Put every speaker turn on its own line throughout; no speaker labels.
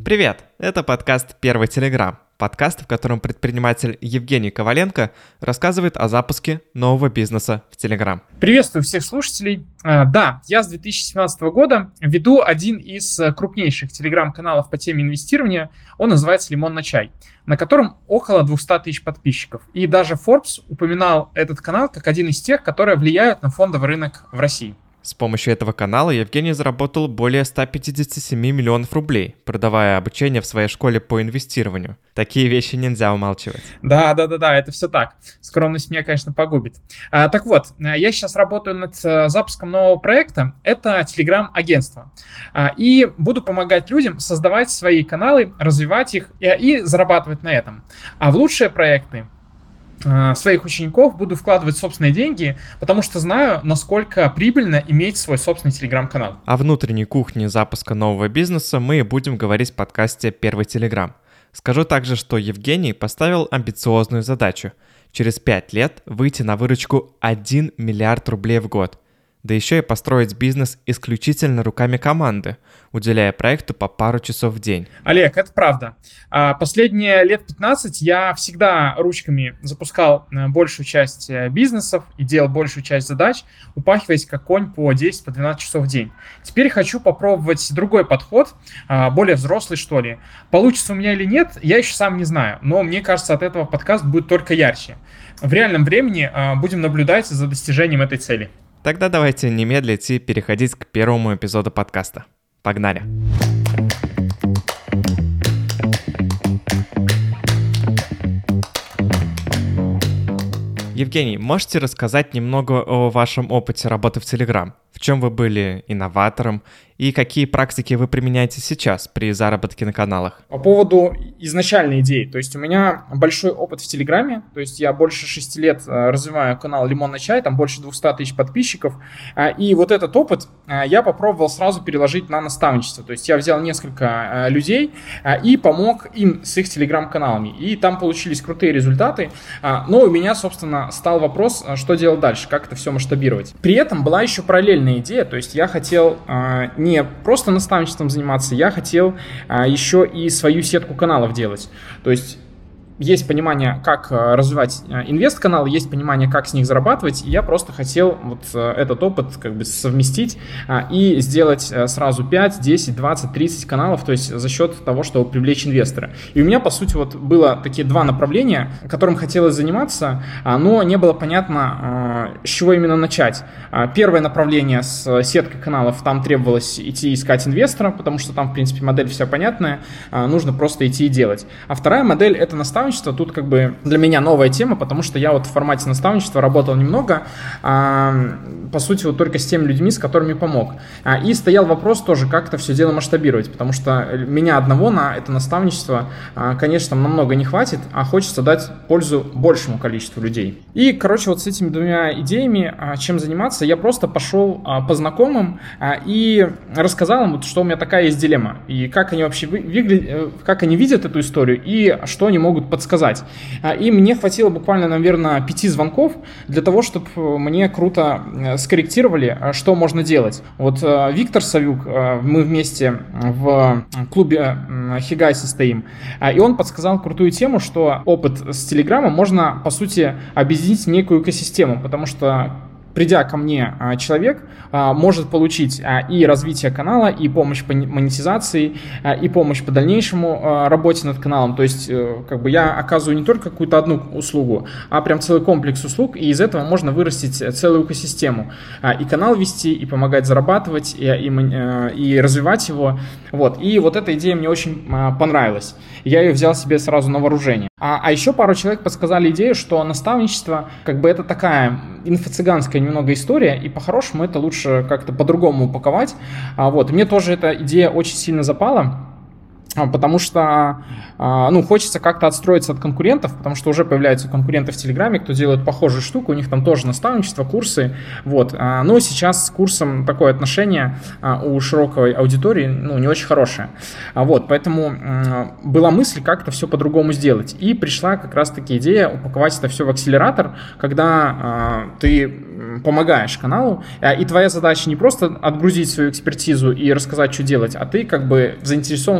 Привет! Это подкаст «Первый Телеграм». Подкаст, в котором предприниматель Евгений Коваленко рассказывает о запуске нового бизнеса в Телеграм.
Приветствую всех слушателей. Да, я с 2017 года веду один из крупнейших телеграм-каналов по теме инвестирования. Он называется «Лимон на чай», на котором около 200 тысяч подписчиков. И даже Forbes упоминал этот канал как один из тех, которые влияют на фондовый рынок в России.
С помощью этого канала Евгений заработал более 157 миллионов рублей, продавая обучение в своей школе по инвестированию. Такие вещи нельзя умалчивать.
Да, это все так. Скромность меня, конечно, погубит. Так вот, я сейчас работаю над запуском нового проекта. Это телеграм-агентство. И буду помогать людям создавать свои каналы, развивать их и зарабатывать на этом. А в лучшие проекты своих учеников буду вкладывать собственные деньги, потому что знаю, насколько прибыльно иметь свой собственный телеграм-канал.
О внутренней кухне запуска нового бизнеса мы будем говорить в подкасте «Первый Телеграм». Скажу также, что Евгений поставил амбициозную задачу – через 5 лет выйти на выручку 1 миллиард рублей в год. Да еще и построить бизнес исключительно руками команды, уделяя проекту по пару часов в день.
Олег, это правда. Последние лет 15 я всегда ручками запускал большую часть бизнесов и делал большую часть задач, упахиваясь как конь по 10-12 часов в день. Теперь хочу попробовать другой подход, более взрослый, что ли. Получится у меня или нет, я еще сам не знаю, но мне кажется, от этого подкаст будет только ярче. В реальном времени будем наблюдать за достижением этой цели.
Тогда давайте не медлить и переходить к первому эпизоду подкаста. Погнали! Евгений, можете рассказать немного о вашем опыте работы в Telegram? В чем вы были инноватором и какие практики вы применяете сейчас при заработке на каналах?
По поводу изначальной идеи, то есть у меня большой опыт в Телеграме, то есть я больше 6 лет развиваю канал «Лимон на чай», там больше 200 тысяч подписчиков, и вот этот опыт я попробовал сразу переложить на наставничество, то есть я взял несколько людей и помог им с их Телеграм-каналами, и там получились крутые результаты, но у меня, собственно, стал вопрос, что делать дальше, как это все масштабировать. При этом была еще параллельная идея, то есть я хотел не просто наставничеством заниматься, я хотел еще и свою сетку каналов делать. То есть есть понимание, как развивать инвест-каналы, есть понимание, как с них зарабатывать, и я просто хотел вот этот опыт как бы совместить и сделать сразу 5, 10, 20, 30 каналов, то есть за счет того, чтобы привлечь инвестора. И у меня, по сути, вот было такие два направления, которым хотелось заниматься, но не было понятно, с чего именно начать. Первое направление с сеткой каналов, там требовалось идти искать инвестора, потому что там, в принципе, модель вся понятная, нужно просто идти и делать. А вторая модель – это наставничество. Тут как бы для меня новая тема, потому что я вот в формате наставничества работал немного, по сути, вот только с теми людьми, с которыми помог. И стоял вопрос тоже, как это все дело масштабировать, потому что меня одного на это наставничество, конечно, там намного не хватит, а хочется дать пользу большему количеству людей. И, короче, вот с этими двумя идеями, чем заниматься, я просто пошел по знакомым и рассказал им, что у меня такая есть дилемма, и как они вообще как они видят эту историю, и что они могут подсказать. И мне хватило буквально, наверное, 5 звонков для того, чтобы мне круто скорректировали, что можно делать. Вот Виктор Савюк, мы вместе в клубе Хигай состоим, и он подсказал крутую тему, что опыт с Телеграмом можно, по сути, объединить в некую экосистему, потому что придя ко мне, человек может получить и развитие канала, и помощь по монетизации, и помощь по дальнейшему работе над каналом. То есть, как бы я оказываю не только какую-то одну услугу, а прям целый комплекс услуг, и из этого можно вырастить целую экосистему. И канал вести, и помогать зарабатывать, и развивать его. Вот. И вот эта идея мне очень понравилась. Я ее взял себе сразу на вооружение. А еще пару человек подсказали идею, что наставничество, как бы это такая инфо-цыганская немного история, и по-хорошему это лучше как-то по-другому упаковать. Вот. Мне тоже эта идея очень сильно запала. потому что, хочется как-то отстроиться от конкурентов, потому что уже появляются конкуренты в Телеграме, кто делает похожую штуку, у них там тоже наставничество, курсы, вот, но сейчас с курсом такое отношение у широкой аудитории, не очень хорошее, вот, поэтому была мысль как-то все по-другому сделать, и пришла как раз-таки идея упаковать это все в акселератор, когда ты помогаешь каналу, и твоя задача не просто отгрузить свою экспертизу и рассказать, что делать, а ты как бы заинтересован в том, чтобы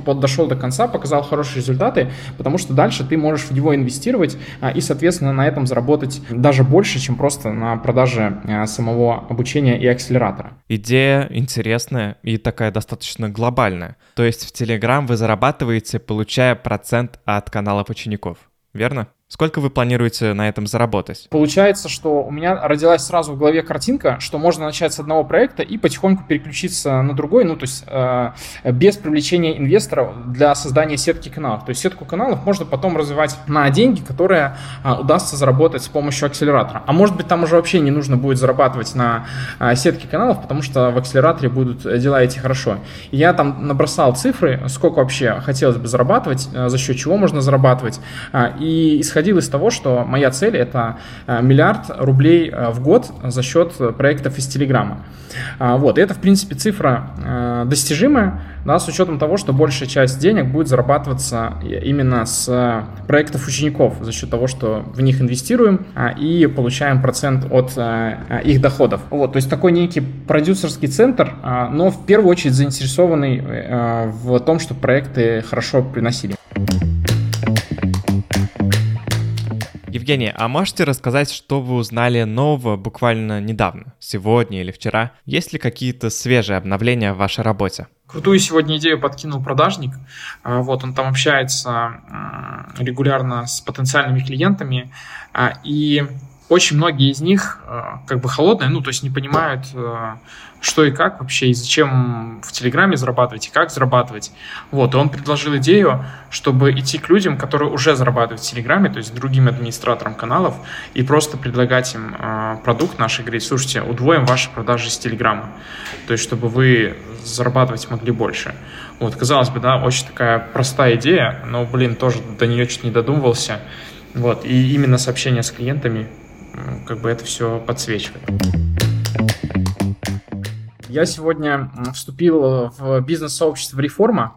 дошел до конца, показал хорошие результаты, потому что дальше ты можешь в него инвестировать и, соответственно, на этом заработать даже больше, чем просто на продаже самого обучения и акселератора.
Идея интересная и такая достаточно глобальная. То есть в Telegram вы зарабатываете, получая процент от каналов учеников, верно? Сколько вы планируете на этом заработать?
Получается, что у меня родилась сразу в голове картинка, что можно начать с одного проекта и потихоньку переключиться на другой, то есть без привлечения инвесторов для создания сетки каналов. То есть сетку каналов можно потом развивать на деньги, которые удастся заработать с помощью акселератора. А может быть, там уже вообще не нужно будет зарабатывать на сетке каналов, потому что в акселераторе будут дела идти хорошо. И я там набросал цифры, сколько вообще хотелось бы зарабатывать, за счет чего можно зарабатывать, и исходил из того, что моя цель — это $1 миллиард в год за счет проектов из Телеграма. Вот, и это, в принципе, цифра достижимая, да, с учетом того, что большая часть денег будет зарабатываться именно с проектов учеников, за счет того, что в них инвестируем и получаем процент от их доходов. Вот, то есть такой некий продюсерский центр, но в первую очередь заинтересованный в том, чтобы проекты хорошо приносили.
Евгений, а можете рассказать, что вы узнали нового буквально недавно, сегодня или вчера? Есть ли какие-то свежие обновления в вашей работе?
Крутую сегодня идею подкинул продажник. Вот, он там общается регулярно с потенциальными клиентами, и очень многие из них как бы холодные, то есть не понимают, что и как вообще, и зачем в Телеграме зарабатывать, и как зарабатывать. Вот, и он предложил идею, чтобы идти к людям, которые уже зарабатывают в Телеграме, то есть другим администраторам каналов, и просто предлагать им продукт наш, и говорить: слушайте, удвоим ваши продажи с Телеграма, то есть чтобы вы зарабатывать могли больше. Вот, казалось бы, да, очень такая простая идея, но, тоже до нее чуть не додумывался. Вот, и именно сообщение с клиентами как бы это все подсвечивает. Я сегодня вступил в бизнес-сообщество «Реформа»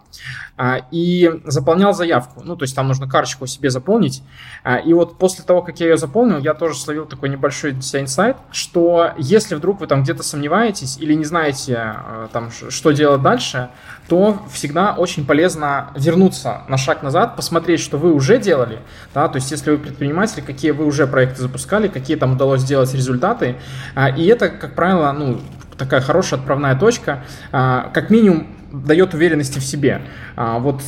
и заполнял заявку. То есть там нужно карточку себе заполнить. И вот после того, как я ее заполнил, я тоже словил такой небольшой для себя инсайт, что если вдруг вы там где-то сомневаетесь или не знаете, там, что делать дальше, то всегда очень полезно вернуться на шаг назад, посмотреть, что вы уже делали. Да? То есть если вы предприниматель, какие вы уже проекты запускали, какие там удалось сделать результаты. И это, как правило, такая хорошая отправная точка, как минимум дает уверенности в себе. Вот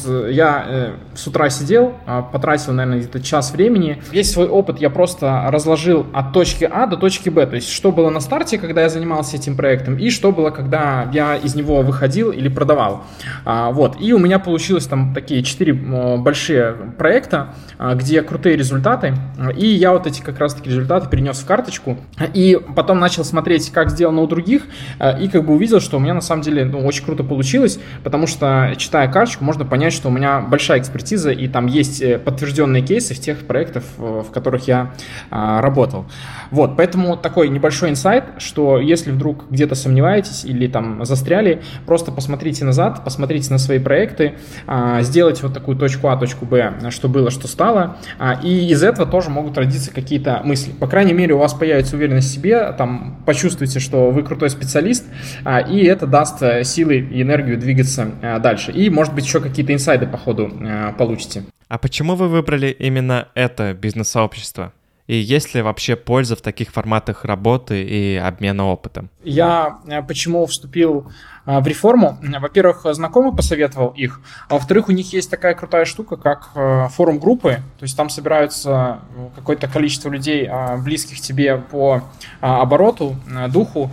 я с утра сидел, потратил, наверное, где-то час времени. Весь свой опыт я просто разложил от точки А до точки Б. То есть, что было на старте, когда я занимался этим проектом, и что было, когда я из него выходил или продавал. Вот. И у меня получилось там такие 4 большие проекта, где крутые результаты. И я вот эти как раз-таки результаты перенес в карточку. И потом начал смотреть, как сделано у других. И как бы увидел, что у меня на самом деле очень круто получилось. Потому что, читая карточку, можно понять, что у меня большая экспертиза, и там есть подтвержденные кейсы в тех проектах, в которых я работал. Вот, поэтому такой небольшой инсайт, что если вдруг где-то сомневаетесь или там застряли, просто посмотрите назад, посмотрите на свои проекты, сделайте вот такую точку А, точку Б, что было, что стало, и из этого тоже могут родиться какие-то мысли. По крайней мере, у вас появится уверенность в себе, там почувствуйте, что вы крутой специалист, и это даст силы и энергию двигаться дальше. И, может быть, еще какие-то инсайды по ходу получите.
А почему вы выбрали именно это бизнес-сообщество? И есть ли вообще польза в таких форматах работы и обмена опытом?
Я почему вступил в реформу? Во-первых, знакомый посоветовал их, а во-вторых, у них есть такая крутая штука, как форум-группы, то есть там собираются какое-то количество людей, близких тебе по обороту, духу,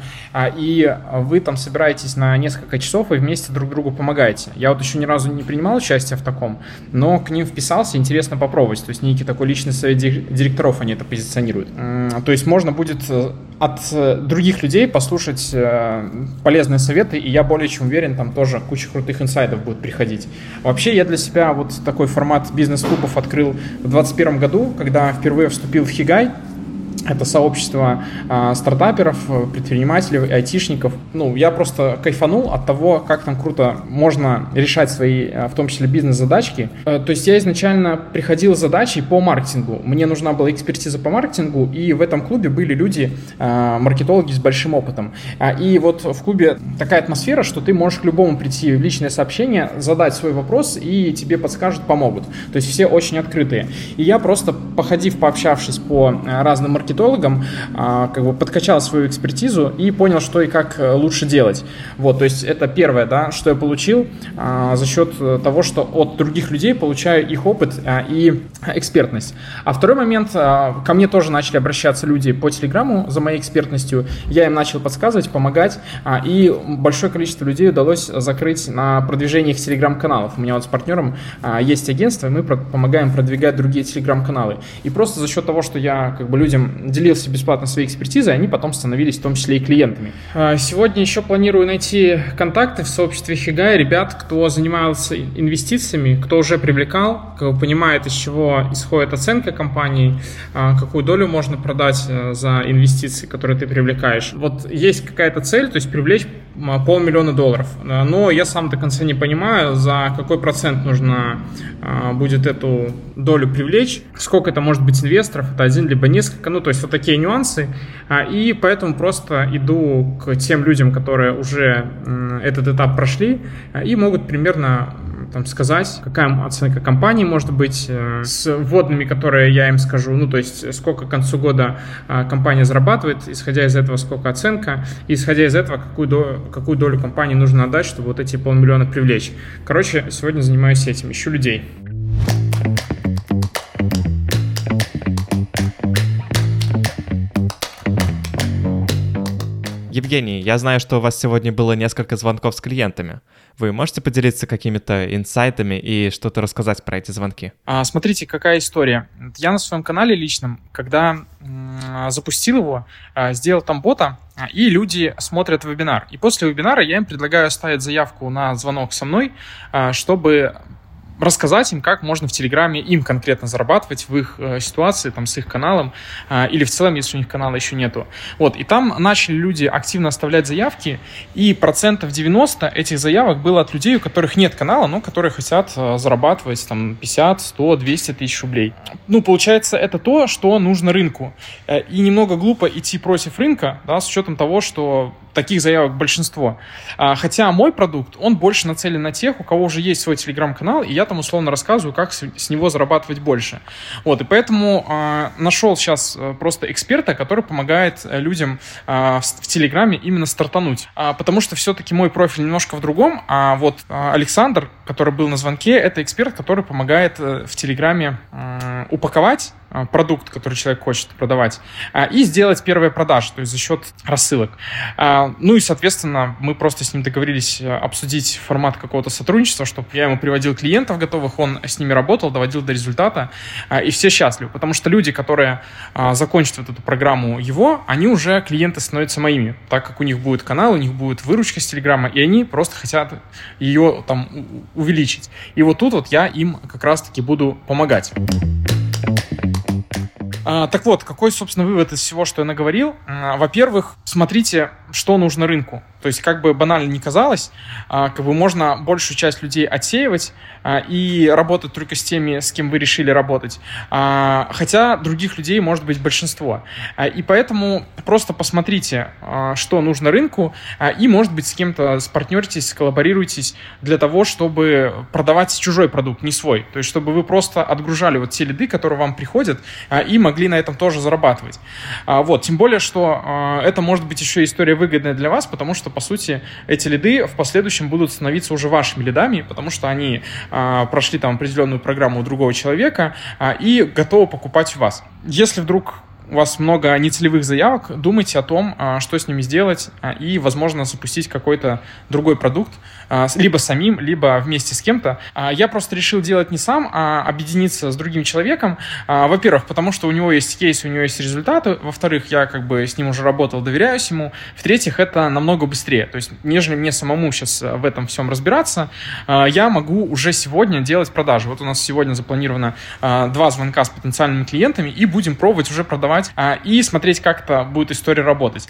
и вы там собираетесь на несколько часов и вместе друг другу помогаете. Я вот еще ни разу не принимал участие в таком, но к ним вписался, интересно попробовать, то есть некий такой личный совет директоров они это позиционируют. То есть можно будет от других людей послушать полезные советы, и я более чем уверен, там тоже куча крутых инсайдов будет приходить. Вообще я для себя вот такой формат бизнес-клубов открыл в 2021 году, когда впервые вступил в Хигай. Это сообщество стартаперов, предпринимателей, айтишников. Я просто кайфанул от того, как там круто можно решать свои, в том числе, бизнес-задачки. То есть я изначально приходил с задачей по маркетингу. Мне нужна была экспертиза по маркетингу, и в этом клубе были люди, маркетологи с большим опытом. И вот в клубе такая атмосфера, что ты можешь к любому прийти в личное сообщение, задать свой вопрос, и тебе подскажут, помогут. То есть все очень открытые. И я просто, пообщавшись по разным маркетологам, подкачал свою экспертизу и понял, что и как лучше делать. То есть это первое, что я получил за счет того, что от других людей получаю их опыт и экспертность. А второй момент, ко мне тоже начали обращаться люди по Телеграму за моей экспертностью. Я им начал подсказывать, помогать, и большое количество людей удалось закрыть на продвижение их Телеграм-каналов. У меня с партнером есть агентство, и мы помогаем продвигать другие Телеграм-каналы. И просто за счет того, что я людям делился бесплатно своей экспертизой, они потом становились в том числе и клиентами. Сегодня еще планирую найти контакты в сообществе Higgai ребят, кто занимался инвестициями, кто уже привлекал, кто понимает, из чего исходит оценка компании, какую долю можно продать за инвестиции, которые ты привлекаешь. Есть какая-то цель, то есть привлечь $500 000, но я сам до конца не понимаю, за какой процент нужно будет эту долю привлечь, сколько это может быть инвесторов, это один либо несколько, то есть такие нюансы, и поэтому просто иду к тем людям, которые уже этот этап прошли и могут примерно сказать, какая оценка компании может быть с вводными, которые я им скажу, то есть сколько к концу года компания зарабатывает, исходя из этого сколько оценка, и исходя из этого какую долю компании нужно отдать, чтобы эти $500 000 привлечь. Сегодня занимаюсь этим, ищу людей.
Евгений, я знаю, что у вас сегодня было несколько звонков с клиентами. Вы можете поделиться какими-то инсайтами и что-то рассказать про эти звонки?
Смотрите, какая история. Я на своем канале личном, когда запустил его, сделал там бота, и люди смотрят вебинар. И после вебинара я им предлагаю оставить заявку на звонок со мной, чтобы рассказать им, как можно в Телеграме им конкретно зарабатывать в их ситуации, с их каналом, или в целом, если у них канала еще нету. И там начали люди активно оставлять заявки, и 90% этих заявок было от людей, у которых нет канала, но которые хотят зарабатывать 50, 100, 200 тысяч рублей. Получается, это то, что нужно рынку. И немного глупо идти против рынка, с учетом того, что таких заявок большинство. Хотя мой продукт, он больше нацелен на тех, у кого уже есть свой Телеграм-канал, и я там условно рассказываю, как с него зарабатывать больше. И поэтому нашел сейчас просто эксперта, который помогает людям в Телеграме именно стартануть. Потому что все-таки мой профиль немножко в другом, Александр, который был на звонке, это эксперт, который помогает в Телеграме упаковать продукт, который человек хочет продавать, и сделать первые продажи, то есть за счет рассылок. И, соответственно, мы просто с ним договорились обсудить формат какого-то сотрудничества, чтобы я ему приводил клиентов готовых, он с ними работал, доводил до результата, и все счастливы. Потому что люди, которые закончат эту программу его, они уже клиенты становятся моими, так как у них будет канал, у них будет выручка с Телеграма, и они просто хотят ее увеличить. И тут я им как раз-таки буду помогать. Так какой, собственно, вывод из всего, что я наговорил? Во-первых, смотрите, что нужно рынку. То есть, как бы банально ни казалось, можно большую часть людей отсеивать и работать только с теми, с кем вы решили работать. Хотя других людей может быть большинство. И поэтому просто посмотрите, что нужно рынку, и, может быть, с кем-то спартнеритесь, коллаборируйтесь для того, чтобы продавать чужой продукт, не свой. То есть, чтобы вы просто отгружали те лиды, которые вам приходят, и могли на этом тоже зарабатывать. Тем более, что это может быть еще история выгодная для вас, потому что, по сути, эти лиды в последующем будут становиться уже вашими лидами, потому что они прошли определенную программу у другого человека и готовы покупать у вас. Если вдруг у вас много нецелевых заявок, думайте о том, что с ними сделать, и, возможно, запустить какой-то другой продукт, либо самим, либо вместе с кем-то. Я просто решил делать не сам, а объединиться с другим человеком. Во-первых, потому что у него есть кейс, у него есть результаты. Во-вторых, я с ним уже работал, доверяюсь ему. В-третьих, это намного быстрее. То есть, нежели мне самому сейчас в этом всем разбираться, я могу уже сегодня делать продажи. У нас сегодня запланировано 2 звонка с потенциальными клиентами, и будем пробовать уже продавать развивать и смотреть, как эта будет история работать.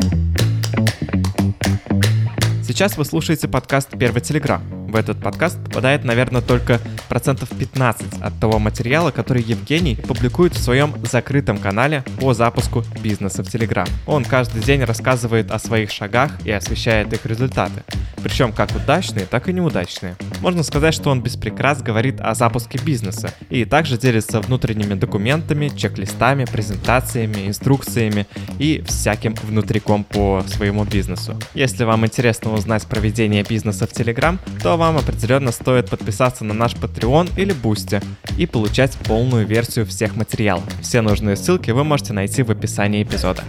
Сейчас вы слушаете подкаст «Первый Телеграм». В этот подкаст попадает, наверное, только 15% от того материала, который Евгений публикует в своем закрытом канале по запуску бизнеса в Телеграм. Он каждый день рассказывает о своих шагах и освещает их результаты. Причем как удачные, так и неудачные. Можно сказать, что он без прикрас говорит о запуске бизнеса и также делится внутренними документами, чек-листами, презентациями, инструкциями и всяким внутриком по своему бизнесу. Если вам интересно узнать про ведение бизнеса в Telegram, то вам определенно стоит подписаться на наш Patreon или Boosty и получать полную версию всех материалов. Все нужные ссылки вы можете найти в описании эпизода.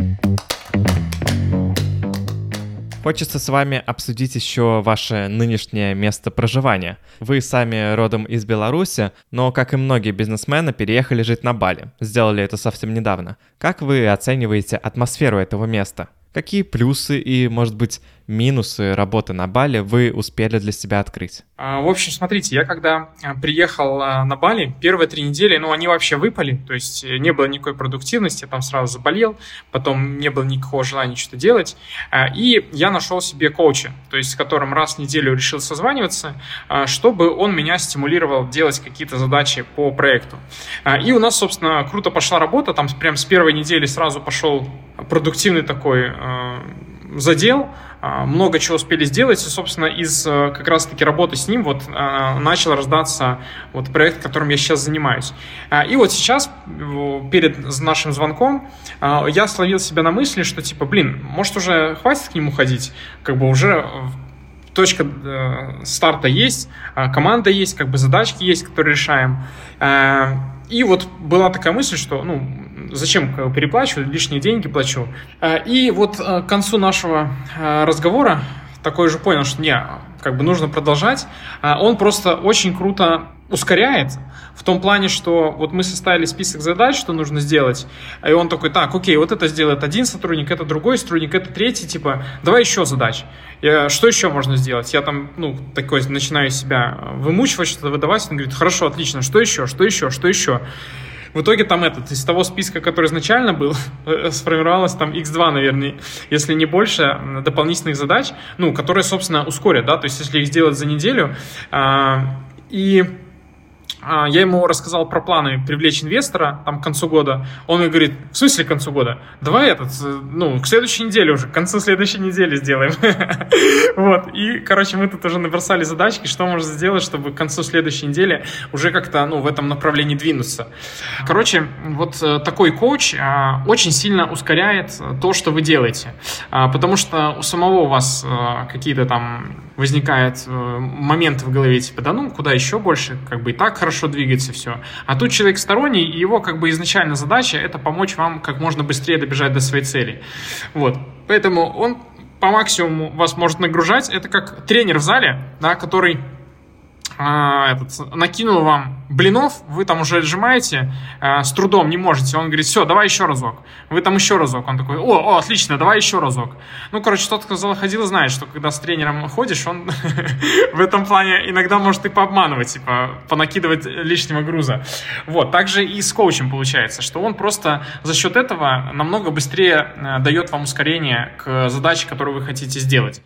Хочется с вами обсудить еще ваше нынешнее место проживания. Вы сами родом из Беларуси, но, как и многие бизнесмены, переехали жить на Бали. Сделали это совсем недавно. Как вы оцениваете атмосферу этого места? Какие плюсы и, может быть, минусы работы на Бали вы успели для себя открыть?
В общем, смотрите, я когда приехал на Бали, первые 3 недели, они вообще выпали, то есть не было никакой продуктивности, я там сразу заболел, потом не было никакого желания что-то делать, и я нашел себе коуча, то есть с которым раз в неделю решил созваниваться, чтобы он меня стимулировал делать какие-то задачи по проекту. И у нас, собственно, круто пошла работа, там прям с первой недели сразу пошел продуктивный такой задел, много чего успели сделать, и, собственно, из как раз-таки работы с ним начал рождаться проект, которым я сейчас занимаюсь. И вот сейчас, перед нашим звонком, я словил себя на мысли, что может уже хватит к нему ходить, уже точка старта есть, команда есть, задачки есть, которые решаем. И была такая мысль, что, зачем переплачивать, лишние деньги плачу. И к концу нашего разговора такой же понял, что нужно продолжать. Он просто очень круто ускоряет, в том плане, что мы составили список задач, что нужно сделать, и он такой, окей, это сделает один сотрудник, это другой сотрудник, это третий, давай еще задач. Что еще можно сделать? Я там, такой начинаю себя вымучивать, что-то выдавать, он говорит, хорошо, отлично, что еще? В итоге из того списка, который изначально был, сформировалось x2, наверное, если не больше, дополнительных задач, которые, собственно, ускорят, то есть если их сделать за неделю, я ему рассказал про планы привлечь инвестора к концу года. Он мне говорит, в смысле к концу года? Давай к следующей неделе уже, к концу следующей недели сделаем. И, мы тут уже набросали задачки, что можно сделать, чтобы к концу следующей недели уже как-то, в этом направлении двинуться. Такой коуч очень сильно ускоряет то, что вы делаете. Потому что у самого у вас какие-то возникают моменты в голове, куда еще больше, и так хорошо двигается все. А тут человек сторонний, и его изначально задача это помочь вам как можно быстрее добежать до своей цели. Поэтому он по максимуму вас может нагружать. Это как тренер в зале, который накинул вам блинов, вы там уже отжимаете, с трудом не можете, он говорит, все, давай еще разок, вы там еще разок, он такой, отлично, давай еще разок. Тот, кто в зал ходил, знает, что когда с тренером ходишь, он в этом плане иногда может и пообманывать, понакидывать лишнего груза. Также и с коучем получается, что он просто за счет этого намного быстрее дает вам ускорение к задаче, которую вы хотите сделать.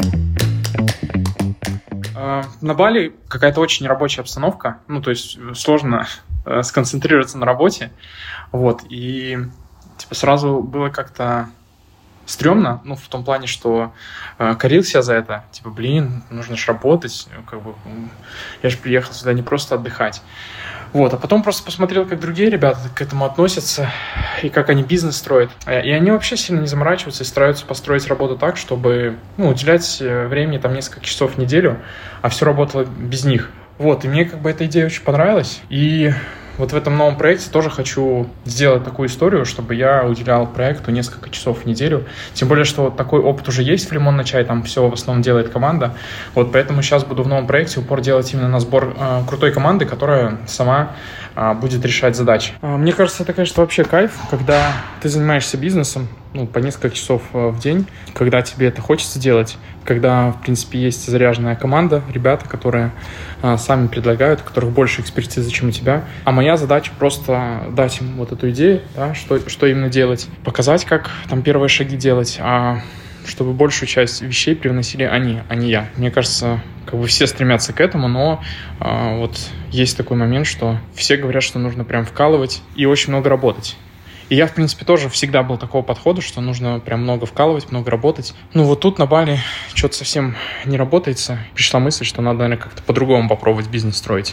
На Бали какая-то очень рабочая обстановка, то есть сложно сконцентрироваться на работе, и сразу было как-то стрёмно, в том плане, что корил себя за это, нужно ж работать, я же приехал сюда не просто отдыхать. А потом просто посмотрел, как другие ребята к этому относятся и как они бизнес строят. И они вообще сильно не заморачиваются и стараются построить работу так, чтобы уделять времени несколько часов в неделю, а все работало без них. И мне эта идея очень понравилась. И в этом новом проекте тоже хочу сделать такую историю, чтобы я уделял проекту несколько часов в неделю. Тем более, что такой опыт уже есть в «Лимон на чай», там все в основном делает команда. Поэтому сейчас буду в новом проекте упор делать именно на сбор крутой команды, которая сама будет решать задачи. Мне кажется, это, конечно, вообще кайф, когда ты занимаешься бизнесом, по несколько часов в день, когда тебе это хочется делать, когда, в принципе, есть заряженная команда, ребята, которые сами предлагают, у которых больше экспертизы, чем у тебя. А моя задача просто дать им вот эту идею, да, что именно делать, показать, как там первые шаги делать, чтобы большую часть вещей привносили они, а не я. Мне кажется, все стремятся к этому, но вот есть такой момент, что все говорят, что нужно прям вкалывать и очень много работать. И я, в принципе, тоже всегда был такого подхода, что нужно прям много вкалывать, много работать. Вот тут на Бали что-то совсем не работается. Пришла мысль, что надо, наверное, как-то по-другому попробовать бизнес строить.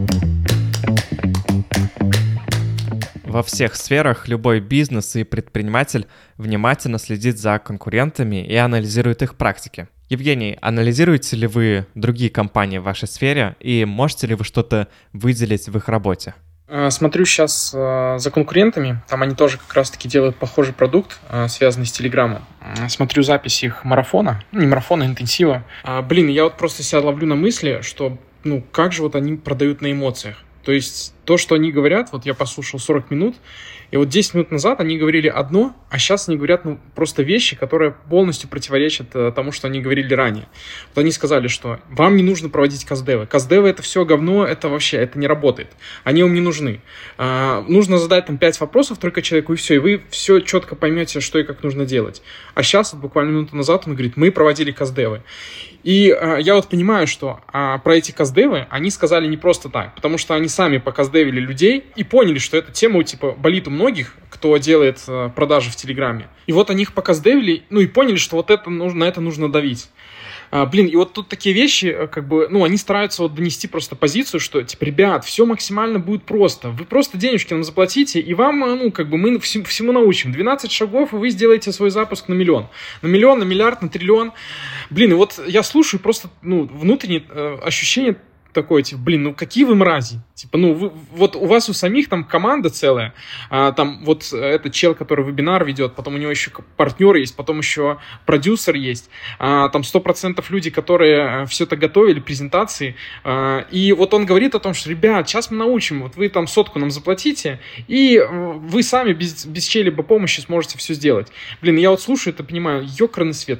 Во всех сферах любой бизнес и предприниматель внимательно следит за конкурентами и анализирует их практики. Евгений, анализируете ли вы другие компании в вашей сфере и можете ли вы что-то выделить в их работе?
Смотрю сейчас за конкурентами, там они тоже как раз-таки делают похожий продукт, связанный с Телеграмом. Смотрю запись их марафона, не марафона, интенсива. Я вот просто себя ловлю на мысли, что как же вот они продают на эмоциях. То есть то, что они говорят, вот я послушал 40 минут, и вот 10 минут назад они говорили одно, а сейчас они говорят просто вещи, которые полностью противоречат тому, что они говорили ранее. Вот они сказали, что вам не нужно проводить каздевы. Каздевы — это все говно, это не работает. Они вам не нужны. Нужно задать 5 вопросов только человеку, и все, и вы все четко поймете, что и как нужно делать. А сейчас, буквально минуту назад, он говорит, мы проводили каздевы. И я вот понимаю, что про эти каздевы они сказали не просто так, потому что они сами показдевили людей и поняли, что эта тема болит у многих, кто делает продажи в Телеграме. И вот они их показдевили, и поняли, что на это нужно давить. И вот тут такие вещи, они стараются донести просто позицию, что, ребят, все максимально будет просто. Вы просто денежки нам заплатите, и вам, мы всему научим. 12 шагов, и вы сделаете свой запуск на миллион. На миллион, на миллиард, на триллион. И вот я слушаю просто, внутреннее ощущение такое, какие вы мрази. Вот у вас у самих там команда целая, этот чел, который вебинар ведет, потом у него еще партнер есть, потом еще продюсер есть, 100% люди, которые все это готовили, презентации, и вот он говорит о том, что, ребят, сейчас мы научим, вот вы 100 нам заплатите, и вы сами без чьей-либо помощи сможете все сделать. Я вот слушаю это, понимаю, ёкарный свет,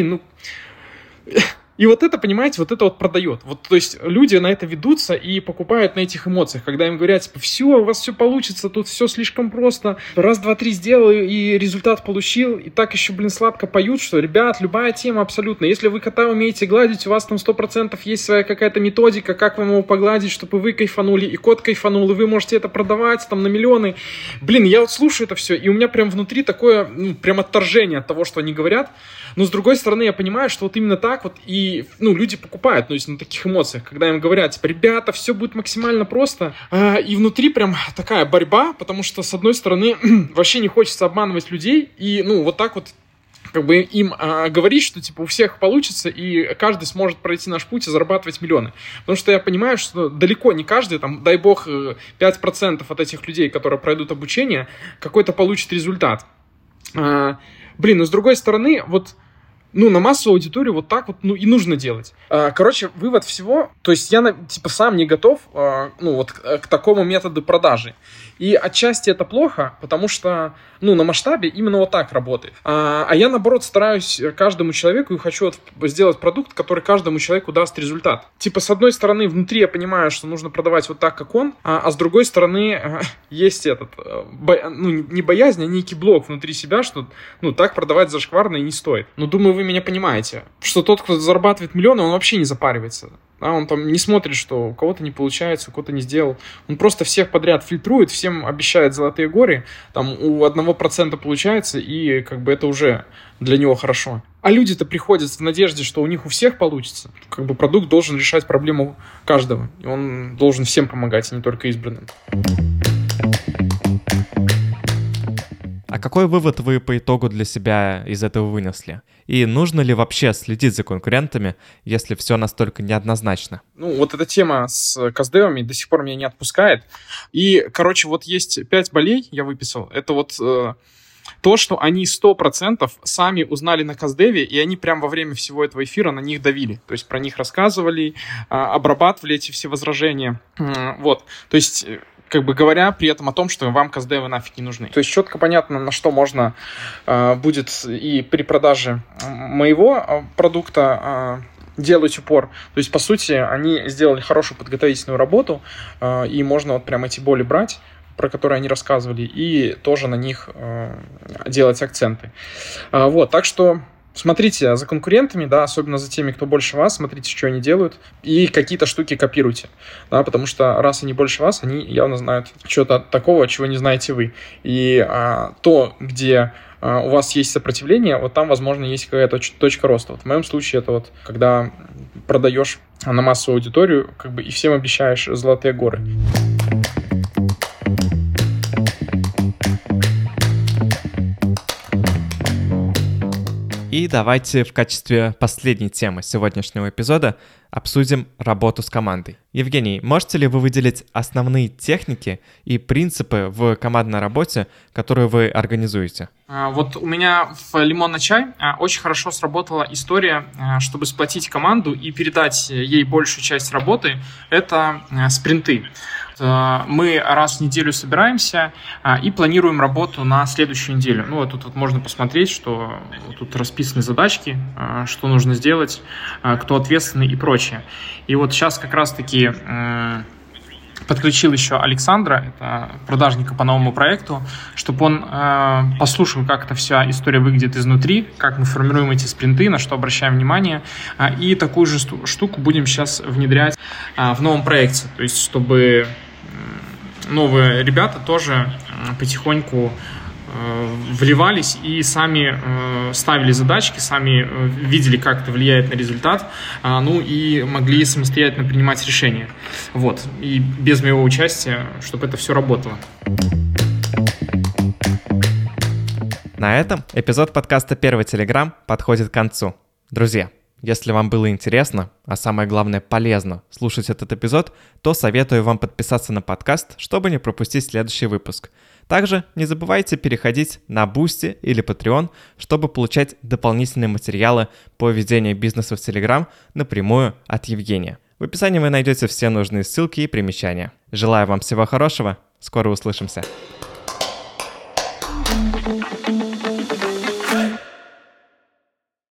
И вот это, понимаете, вот это продает. То есть люди на это ведутся и покупают на этих эмоциях, когда им говорят, все, у вас все получится, тут все слишком просто. Раз, два, три сделаю, и результат получил. И так еще, сладко поют, что, ребят, любая тема абсолютно. Если вы кота умеете гладить, у вас 100% есть своя какая-то методика, как вам его погладить, чтобы вы кайфанули, и кот кайфанул, и вы можете это продавать на миллионы. Я вот слушаю это все, и у меня прям внутри такое, прям отторжение от того, что они говорят. Но с другой стороны, я понимаю, что именно так и люди покупают, на таких эмоциях, когда им говорят, ребята, все будет максимально просто, и внутри прям такая борьба, потому что, с одной стороны, вообще не хочется обманывать людей, и, вот так вот, им говорить, что, у всех получится, и каждый сможет пройти наш путь и зарабатывать миллионы. Потому что я понимаю, что далеко не каждый, дай бог, 5% от этих людей, которые пройдут обучение, какой-то получит результат. Но с другой стороны, на массовую аудиторию вот так и нужно делать. Вывод всего, то есть я сам не готов к такому методу продажи. И отчасти это плохо, потому что на масштабе именно вот так работает. А я, наоборот, стараюсь каждому человеку и хочу сделать продукт, который каждому человеку даст результат. С одной стороны, внутри я понимаю, что нужно продавать вот так, как он, а с другой стороны, есть не боязнь, а некий блок внутри себя, что так продавать зашкварно и не стоит. Думаю, вы меня понимаете, что тот, кто зарабатывает миллионы, он вообще не запаривается. Он не смотрит, что у кого-то не получается, у кого-то не сделал. Он просто всех подряд фильтрует, всем обещает золотые горы, у 1% получается, и это уже для него хорошо. А люди-то приходят в надежде, что у них у всех получится. Продукт должен решать проблему каждого, и он должен всем помогать, а не только избранным.
А какой вывод вы по итогу для себя из этого вынесли? И нужно ли вообще следить за конкурентами, если все настолько неоднозначно?
Вот эта тема с каздевами до сих пор меня не отпускает. И, есть 5 болей, я выписал. Это то, что они 100% сами узнали на каздеве, и они прямо во время всего этого эфира на них давили. То есть про них рассказывали, обрабатывали эти все возражения. То есть как бы говоря при этом о том, что вам каздевы нафиг не нужны. То есть четко понятно, на что можно будет и при продаже моего продукта делать упор. То есть, по сути, они сделали хорошую подготовительную работу, и можно вот прям эти боли брать, про которые они рассказывали, и тоже на них делать акценты. Вот, так что смотрите за конкурентами, да, особенно за теми, кто больше вас, смотрите, что они делают, и какие-то штуки копируйте, да, потому что раз они больше вас, они явно знают что-то такого, чего не знаете вы. И то, где у вас есть сопротивление, вот там, возможно, есть какая-то точка роста. Вот в моем случае это вот, когда продаешь на массовую аудиторию, как бы и всем обещаешь золотые горы.
И давайте в качестве последней темы сегодняшнего эпизода обсудим работу с командой. Евгений, можете ли вы выделить основные техники и принципы в командной работе, которую вы организуете?
Вот у меня в Lemon на чай очень хорошо сработала история, чтобы сплотить команду и передать ей большую часть работы. Это спринты. Мы раз в неделю собираемся и планируем работу на следующую неделю. Ну, вот тут вот можно посмотреть, что тут расписаны задачки, что нужно сделать, кто ответственный и прочее. И вот сейчас как раз-таки подключил еще Александра, это продажника по новому проекту, чтобы он послушал, как эта вся история выглядит изнутри, как мы формируем эти спринты, на что обращаем внимание. И такую же штуку будем сейчас внедрять в новом проекте. То есть, чтобы новые ребята тоже потихоньку вливались и сами ставили задачки, сами видели, как это влияет на результат, ну и могли самостоятельно принимать решения. Вот. И без моего участия, чтобы это все работало.
На этом эпизод подкаста «Первый Телеграм» подходит к концу. Друзья, если вам было интересно, а самое главное полезно слушать этот эпизод, то советую вам подписаться на подкаст, чтобы не пропустить следующий выпуск. Также не забывайте переходить на Boosty или Patreon, чтобы получать дополнительные материалы по ведению бизнеса в Telegram напрямую от Евгения. В описании вы найдете все нужные ссылки и примечания. Желаю вам всего хорошего, скоро услышимся.